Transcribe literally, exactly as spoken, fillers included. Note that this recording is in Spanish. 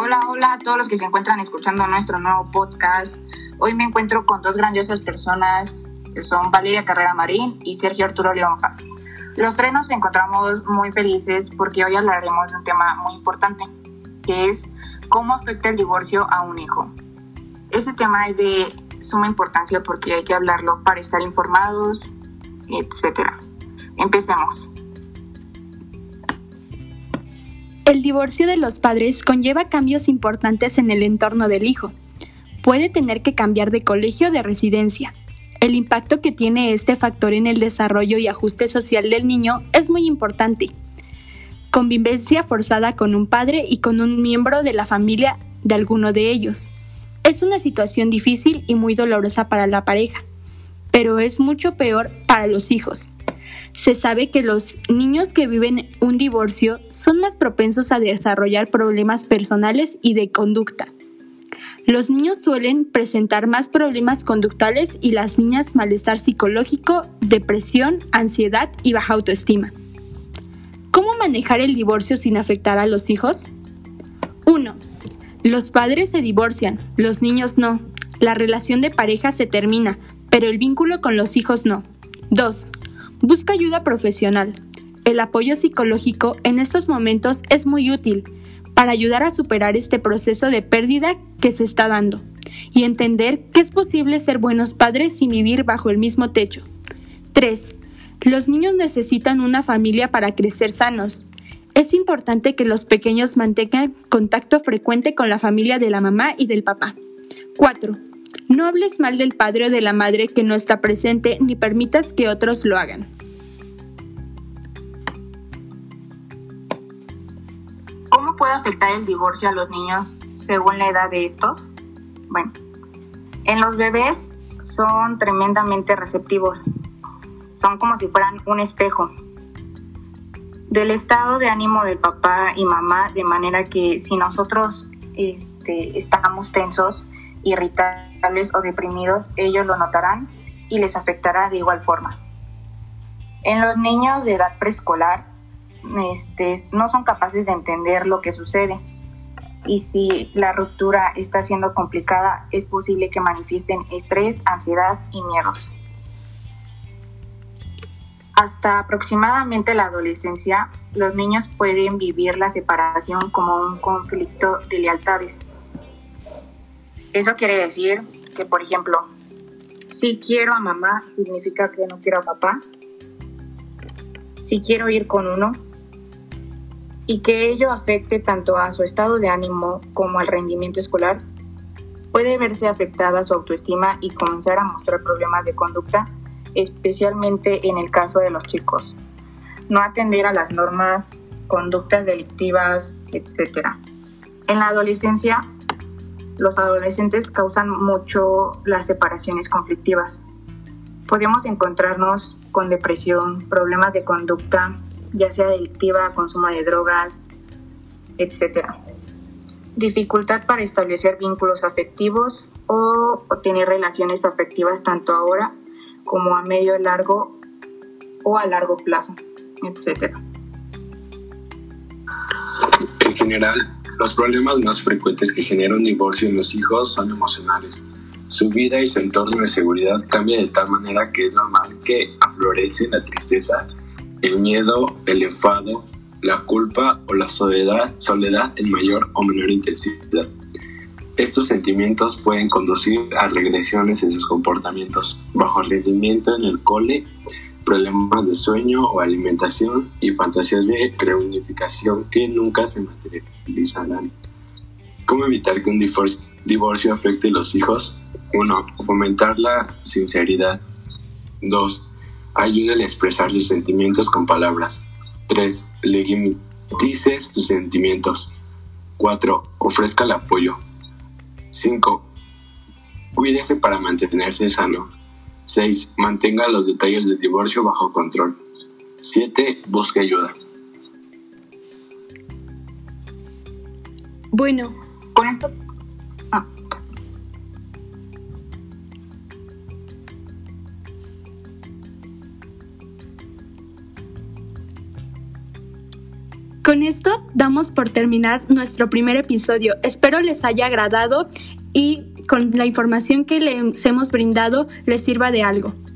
Hola, hola a todos los que se encuentran escuchando nuestro nuevo podcast. Hoy me encuentro con dos grandiosas personas, que son Valeria Carrera Marín y Sergio Arturo León Paz. Los tres nos encontramos muy felices porque hoy hablaremos de un tema muy importante, que es cómo afecta el divorcio a un hijo. Este tema es de suma importancia porque hay que hablarlo para estar informados, etcétera. Empecemos. El divorcio de los padres conlleva cambios importantes en el entorno del hijo. Puede tener que cambiar de colegio o de residencia. El impacto que tiene este factor en el desarrollo y ajuste social del niño es muy importante. Convivencia forzada con un padre y con un miembro de la familia de alguno de ellos. Es una situación difícil y muy dolorosa para la pareja, pero es mucho peor para los hijos. Se sabe que los niños que viven un divorcio son más propensos a desarrollar problemas personales y de conducta. Los niños suelen presentar más problemas conductuales y las niñas malestar psicológico, depresión, ansiedad y baja autoestima. ¿Cómo manejar el divorcio sin afectar a los hijos? uno. Los padres se divorcian, los niños no. La relación de pareja se termina, pero el vínculo con los hijos no. dos. Busca ayuda profesional. El apoyo psicológico en estos momentos es muy útil para ayudar a superar este proceso de pérdida que se está dando y entender que es posible ser buenos padres sin vivir bajo el mismo techo. tres. Los niños necesitan una familia para crecer sanos. Es importante que los pequeños mantengan contacto frecuente con la familia de la mamá y del papá. cuatro. No hables mal del padre o de la madre que no está presente ni permitas que otros lo hagan. ¿Cómo puede afectar el divorcio a los niños según la edad de estos? Bueno, en los bebés son tremendamente receptivos. Son como si fueran un espejo del estado de ánimo del papá y mamá, de manera que si nosotros este, estamos tensos, irritables o deprimidos, ellos lo notarán y les afectará de igual forma. En los niños de edad preescolar, este, no son capaces de entender lo que sucede, y si la ruptura está siendo complicada, es posible que manifiesten estrés, ansiedad y miedos. Hasta aproximadamente la adolescencia, los niños pueden vivir la separación como un conflicto de lealtades. Eso quiere decir que, por ejemplo, si quiero a mamá, significa que no quiero a papá. Si quiero ir con uno, y que ello afecte tanto a su estado de ánimo como al rendimiento escolar, puede verse afectada su autoestima y comenzar a mostrar problemas de conducta, especialmente en el caso de los chicos. No atender a las normas, conductas delictivas, etcétera. En la adolescencia, los adolescentes causan mucho las separaciones conflictivas. Podemos encontrarnos con depresión, problemas de conducta, ya sea delictiva, consumo de drogas, etcétera. Dificultad para establecer vínculos afectivos o, o tener relaciones afectivas tanto ahora como a medio largo o a largo plazo, etcétera. En general, los problemas más frecuentes que genera un divorcio en los hijos son emocionales. Su vida y su entorno de seguridad cambia de tal manera que es normal que aflorece la tristeza, el miedo, el enfado, la culpa o la soledad, soledad en mayor o menor intensidad. Estos sentimientos pueden conducir a regresiones en sus comportamientos, bajo rendimiento en el cole, problemas de sueño o alimentación y fantasías de reunificación que nunca se materializarán. ¿Cómo evitar que un divorcio, divorcio afecte a los hijos? uno. Fomentar la sinceridad. dos. Ayúdale a expresar sus sentimientos con palabras. tres. Legitimice sus sentimientos. cuatro. Ofrezca el apoyo. cinco. Cuídese para mantenerse sano. seis. Mantenga los detalles del divorcio bajo control. siete. Busque ayuda. Bueno, Con esto... Ah. Con esto damos por terminar nuestro primer episodio. Espero les haya agradado y con la información que les hemos brindado les sirva de algo.